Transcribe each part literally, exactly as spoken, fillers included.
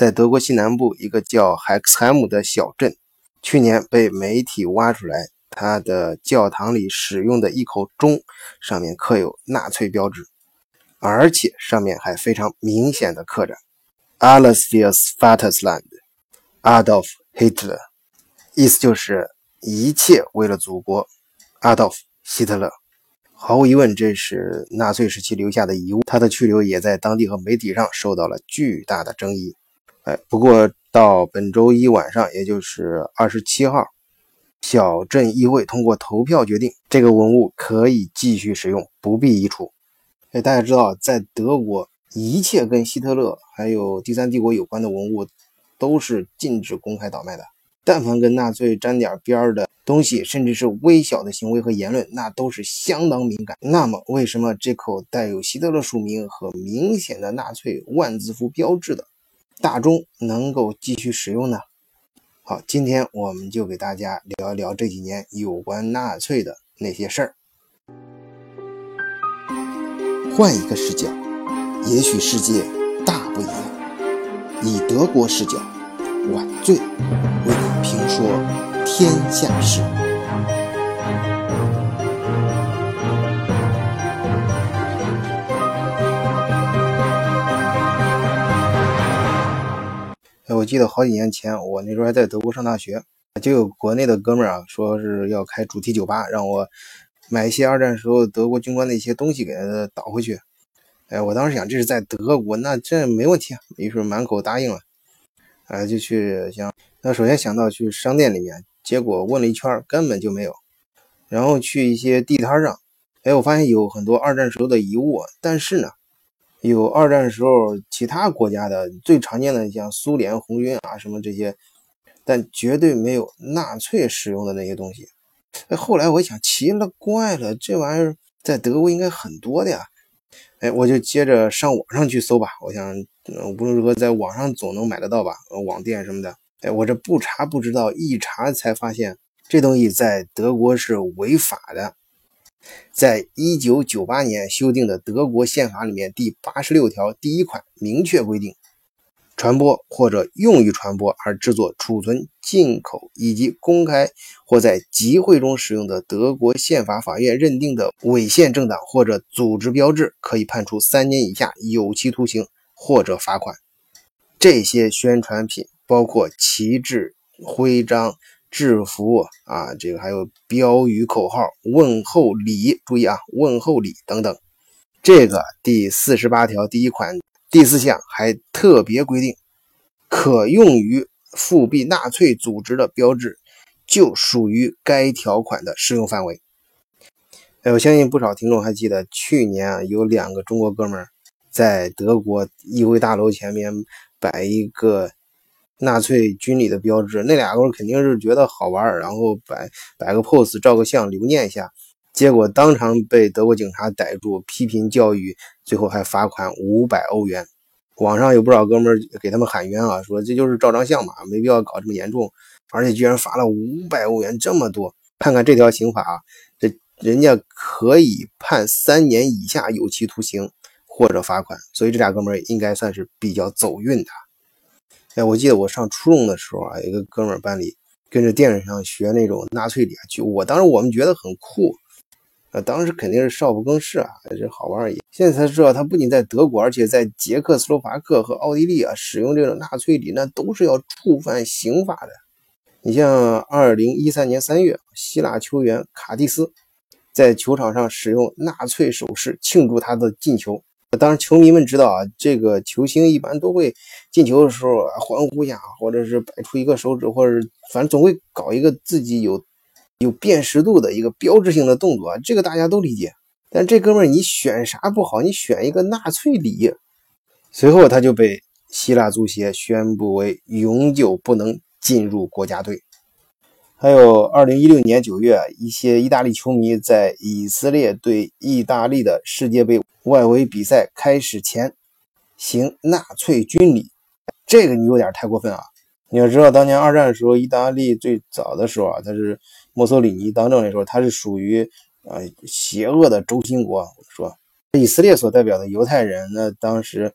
在德国西南部一个叫海克斯海姆的小镇，去年被媒体挖出来，它的教堂里使用的一口钟上面刻有纳粹标志，而且上面还非常明显的刻着 Alles fürs Vaterland Adolf Hitler， 意思就是一切为了祖国 Adolf 希特勒。毫无疑问，这是纳粹时期留下的遗物，他的去留也在当地和媒体上受到了巨大的争议。哎，不过到本周一晚上，也就是二十七号，小镇议会通过投票决定，这个文物可以继续使用，不必移除。哎，大家知道，在德国，一切跟希特勒还有第三帝国有关的文物都是禁止公开倒卖的。但凡跟纳粹沾点边的东西，甚至是微小的行为和言论，那都是相当敏感。那么为什么这口带有希特勒署名和明显的纳粹万字符标志的大钟能够继续使用呢？好，今天我们就给大家聊一聊这几年有关纳粹的那些事儿。换一个视角，也许世界大不一样。以德国视角，晚醉为你评说天下事。我记得好几年前，我那时候还在德国上大学，就有国内的哥们儿啊，说是要开主题酒吧，让我买一些二战时候德国军官的一些东西给他倒回去。哎，我当时想，这是在德国，那这没问题啊，于是满口答应了。啊，就去想，那首先想到去商店里面，结果问了一圈根本就没有。然后去一些地摊上，哎，我发现有很多二战时候的遗物，但是呢，有二战时候其他国家的最常见的像苏联红军啊什么这些，但绝对没有纳粹使用的那些东西。哎，后来我一想，奇了怪了，这玩意儿在德国应该很多的呀。哎，我就接着上网上去搜吧，我想、呃、无论如何在网上总能买得到吧，网店什么的。哎，我这不查不知道，一查才发现这东西在德国是违法的。在一九九八年修订的德国宪法里面，第八十六条第一款明确规定，传播或者用于传播而制作、储存、进口以及公开或在集会中使用的德国宪法法院认定的违宪政党或者组织标志，可以判处三年以下有期徒刑或者罚款。这些宣传品包括旗帜、徽章、制服啊，这个还有标语、口号、问候礼，注意啊，问候礼等等。这个第四十八条第一款第四项还特别规定，可用于复辟纳粹组织的标志就属于该条款的适用范围。哎，我相信不少听众还记得，去年啊，有两个中国哥们儿在德国议会大楼前面摆一个纳粹军礼的标志，那俩哥们儿肯定是觉得好玩，然后摆摆个 pose 照个相留念一下，结果当场被德国警察逮住，批评教育，最后还罚款五百欧元。网上有不少哥们儿给他们喊冤啊，说这就是照张相嘛，没必要搞这么严重，而且居然罚了五百欧元，这么多。看看这条刑法啊，这人家可以判三年以下有期徒刑或者罚款，所以这俩哥们儿应该算是比较走运的。哎，我记得我上初中的时候啊，有一个哥们儿班里跟着电视上学那种纳粹礼啊，就我当时我们觉得很酷。呃，当时肯定是少不更事啊，这好玩而已。现在才知道，他不仅在德国，而且在捷克斯洛伐克和奥地利啊，使用这种纳粹礼，那都是要触犯刑法的。你像二零一三年三月，希腊球员卡蒂斯在球场上使用纳粹手势庆祝他的进球。当然，球迷们知道啊，这个球星一般都会进球的时候啊欢呼一下，或者是摆出一个手指，或者反正总会搞一个自己有有辨识度的一个标志性的动作，这个大家都理解。但这哥们儿你选啥不好，你选一个纳粹礼。随后他就被希腊足协宣布为永久不能进入国家队。还有二零一六年九月，一些意大利球迷在以色列对意大利的世界杯外围比赛开始前行纳粹军礼，这个你有点太过分啊。你要知道，当年二战的时候，意大利最早的时候啊，他是墨索里尼当政的时候，他是属于呃邪恶的轴心国。说以色列所代表的犹太人呢，当时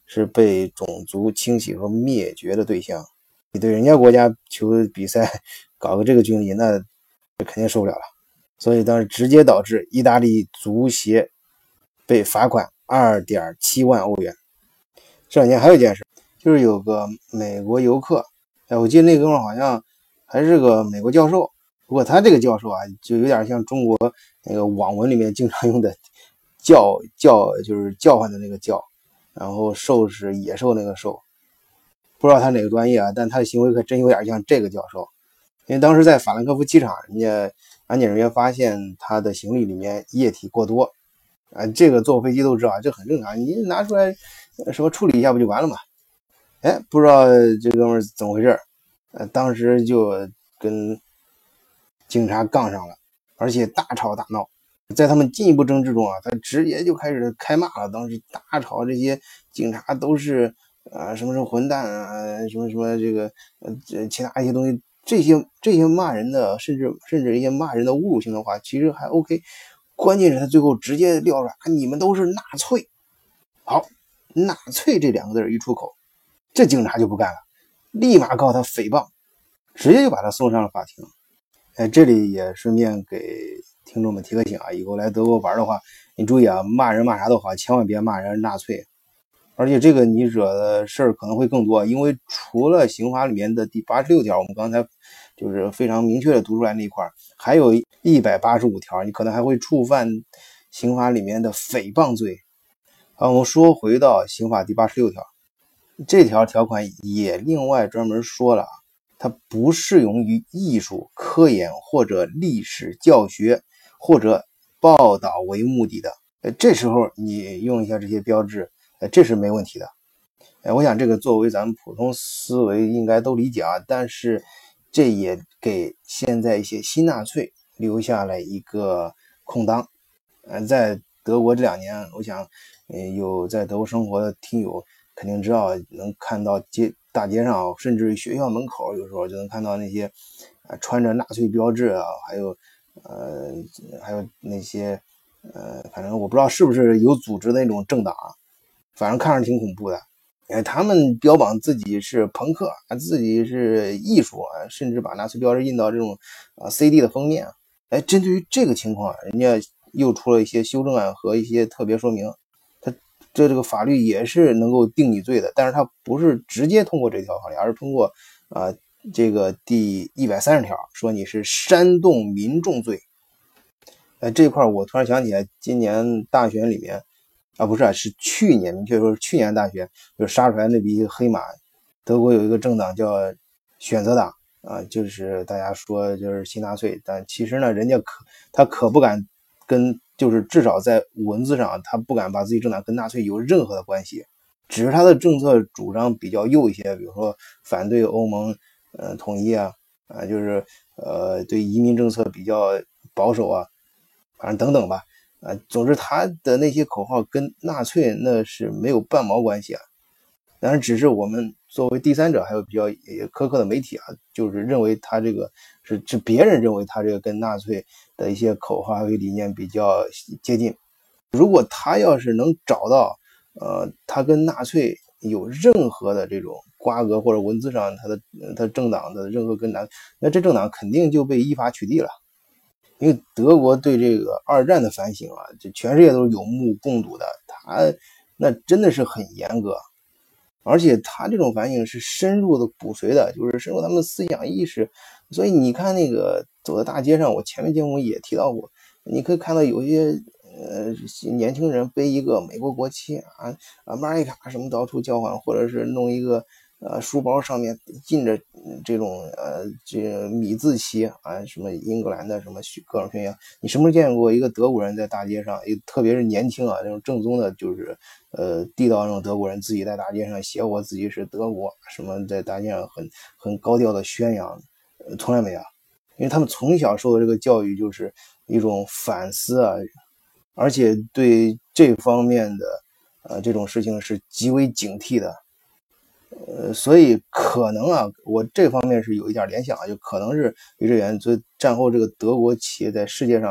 是被种族清洗和灭绝的对象。你对人家国家球比赛搞个这个军礼，那肯定受不了了。所以当时直接导致意大利足协被罚款 二点七万欧元。这两年还有一件事，就是有个美国游客，哎，我记得那哥们好像还是个美国教授，不过他这个教授啊，就有点像中国那个网文里面经常用的叫叫，就是叫唤的那个叫，然后兽是野兽那个兽，不知道他哪个专业啊，但他的行为可真有点像这个教授。因为当时在法兰克福机场，人家安检人员发现他的行李里面液体过多，啊，这个坐飞机都知道，这很正常，你拿出来什么处理一下不就完了吗？哎，不知道这哥们儿怎么回事，呃，当时就跟警察杠上了，而且大吵大闹。在他们进一步争执中啊，他直接就开始开骂了。当时大吵，这些警察都是啊、呃、什么什么混蛋啊，什么什么这个呃这其他一些东西，这些这些骂人的，甚至甚至一些骂人的侮辱性的话，其实还 OK。关键是他最后直接撂出来，你们都是纳粹。好，纳粹这两个字一出口，这警察就不干了，立马告他诽谤，直接就把他送上了法庭。哎，这里也顺便给听众们提个醒啊，以后来德国玩的话，你注意啊，骂人骂啥都好，千万别骂人纳粹。而且这个你惹的事儿可能会更多，因为除了刑法里面的第八十六条，我们刚才就是非常明确的读出来那一块，还有一百八十五条，你可能还会触犯刑法里面的诽谤罪。好，我们说回到刑法第八十六条，这条条款也另外专门说了，它不适用于艺术、科研或者历史教学或者报道为目的的。呃，这时候你用一下这些标志，呃，这是没问题的。呃，我想这个作为咱们普通思维应该都理解啊，但是这也给现在一些新纳粹留下了一个空当。呃，在德国这两年，我想，呃，有在德国生活的听友肯定知道，能看到街大街上，甚至学校门口，有时候就能看到那些，呃，穿着纳粹标志啊，还有，呃，还有那些，呃，反正我不知道是不是有组织的那种政党，反正看着挺恐怖的。哎，他们标榜自己是朋克，自己是艺术啊，甚至把纳粹标志印到这种啊 C D 的封面。哎，针对于这个情况，人家又出了一些修正案和一些特别说明，他这这个法律也是能够定你罪的，但是他不是直接通过这条法律，而是通过啊、呃、这个第一百三十条，说你是煽动民众罪。呃，这块我突然想起来，今年大选里面啊，不是啊，是去年，明确说是去年大选，就杀出来那匹黑马，德国有一个政党叫选择党啊，就是大家说就是新纳粹，但其实呢，人家可他可不敢跟，就是至少在文字上，他不敢把自己政党跟纳粹有任何的关系，只是他的政策主张比较右一些，比如说反对欧盟呃统一啊，啊就是呃对移民政策比较保守啊，反正等等吧。啊，总之他的那些口号跟纳粹那是没有半毛关系啊。当然，只是我们作为第三者，还有比较苛刻的媒体啊，就是认为他这个是是别人认为他这个跟纳粹的一些口号和理念比较接近。如果他要是能找到，呃，他跟纳粹有任何的这种瓜葛，或者文字上他的他政党的任何跟纳，那这政党肯定就被依法取缔了。因为德国对这个二战的反省啊，这全世界都是有目共睹的，他那真的是很严格，而且他这种反省是深入的骨髓的，就是深入他们思想意识。所以你看那个走在大街上，我前面节目也提到过，你可以看到有些呃年轻人背一个美国国旗啊啊 America 什么到处叫唤，或者是弄一个呃书包上面印着这种呃这米字旗啊，什么英格兰的什么各种宣扬。你什么时候见过一个德国人在大街上，特别是年轻啊，那种正宗的，就是呃地道那种德国人自己在大街上写我自己是德国什么，在大街上很很高调的宣扬，呃，从来没有。因为他们从小受的这个教育就是一种反思啊，而且对这方面的呃这种事情是极为警惕的。呃，所以可能啊，我这方面是有一点联想啊，就可能是于志远，所以战后这个德国企业在世界上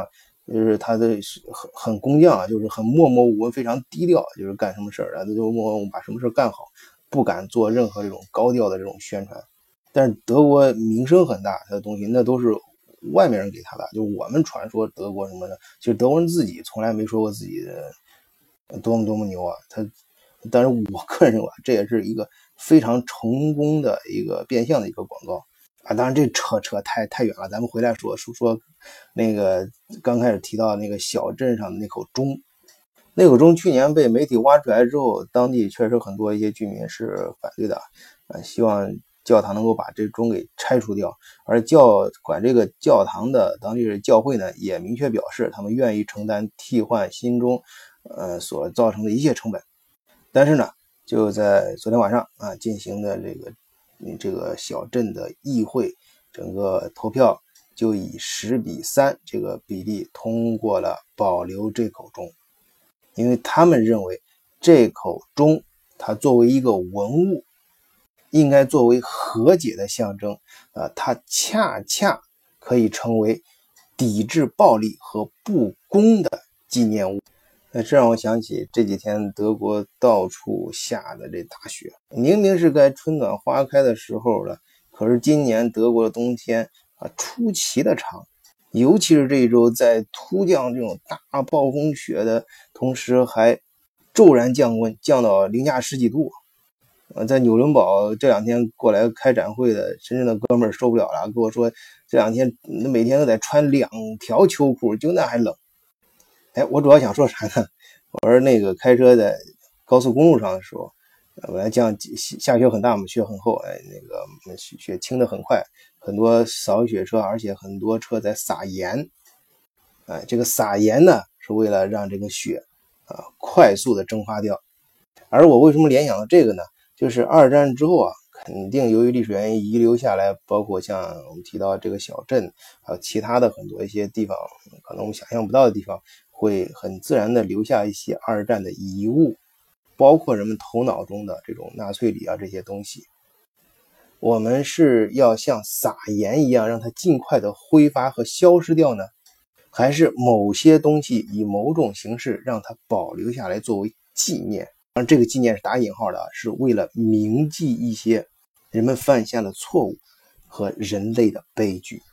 就是他的是很很工匠啊，就是很默默无闻，非常低调，就是干什么事儿啊，他就默默把什么事干好，不敢做任何这种高调的这种宣传。但是德国名声很大，他的东西那都是外面人给他的，就我们传说德国什么的，就德国人自己从来没说过自己的多么多么牛啊。他，但是我个人认为这也是一个非常成功的一个变相的一个广告啊。当然这扯扯太太远了，咱们回来说说说那个刚开始提到那个小镇上的那口钟。那口钟去年被媒体挖出来之后，当地确实很多一些居民是反对的啊，希望教堂能够把这钟给拆除掉。而教管这个教堂的当地的教会呢，也明确表示他们愿意承担替换新钟呃所造成的一切成本。但是呢，就在昨天晚上啊进行的这个这个小镇的议会整个投票，就以十比三这个比例通过了保留这口钟。因为他们认为这口钟它作为一个文物，应该作为和解的象征啊，它恰恰可以成为抵制暴力和不公的纪念物。那这让我想起这几天德国到处下的这大雪，明明是该春暖花开的时候了，可是今年德国的冬天啊出奇的长。尤其是这一周，在突降这种大暴风雪的同时，还骤然降温，降到零下十几度。呃，在纽伦堡这两天过来开展会的深圳的哥们儿受不了了，跟我说这两天每天都得穿两条秋裤，就那还冷。哎，我主要想说啥呢？我说那个开车在高速公路上的时候，本来降下雪很大嘛，雪很厚，哎，那个雪清的很快。很多扫雪车，而且很多车在撒盐，哎，这个撒盐呢是为了让这个雪啊快速的蒸发掉。而我为什么联想到这个呢？就是二战之后啊，肯定由于历史原因遗留下来，包括像我们提到这个小镇，还有其他的很多一些地方，可能我们想象不到的地方，会很自然的留下一些二战的遗物，包括人们头脑中的这种纳粹礼啊这些东西。我们是要像撒盐一样让它尽快的挥发和消失掉呢，还是某些东西以某种形式让它保留下来作为纪念？而这个纪念是打引号的，是为了铭记一些人们犯下的错误和人类的悲剧。